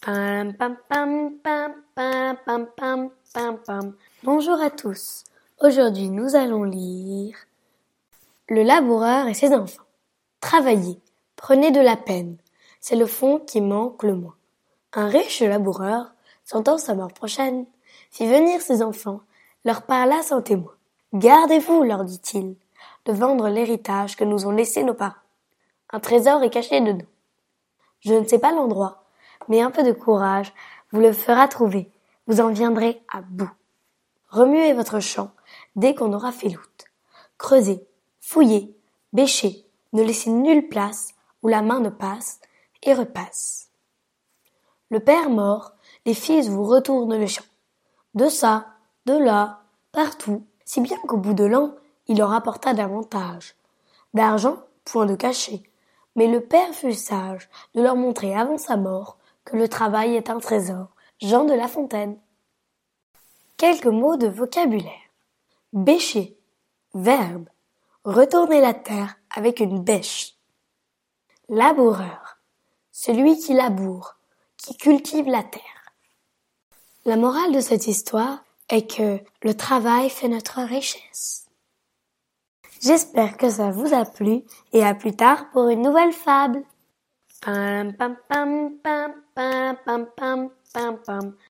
Pam, pam, pam, pam, pam, pam, pam, pam, pam. Bonjour à tous. Aujourd'hui, nous allons lire Le laboureur et ses enfants. Travaillez, prenez de la peine. C'est le fond qui manque le moins. Un riche laboureur, sentant sa mort prochaine, fit venir ses enfants, leur parla sans témoin. Gardez-vous, leur dit-il, de vendre l'héritage que nous ont laissé nos parents. Un trésor est caché dedans. Je ne sais pas l'endroit, mais un peu de courage vous le fera trouver. Vous en viendrez à bout. Remuez votre champ dès qu'on aura fait l'out. Creusez, fouillez, bêchez, ne laissez nulle place où la main ne passe et repasse. Le père mort, les fils vous retournent le champ. De ça, de là, partout, si bien qu'au bout de l'an, il leur apporta davantage. D'argent, point de cachet. Mais le père fut sage de leur montrer avant sa mort que le travail est un trésor. Jean de La Fontaine. Quelques mots de vocabulaire. Bêcher, verbe. Retourner la terre avec une bêche. Laboureur, celui qui laboure, qui cultive la terre. La morale de cette histoire est que le travail fait notre richesse. J'espère que ça vous a plu et à plus tard pour une nouvelle fable. Pam pam pam pam pam pam pam pam pam.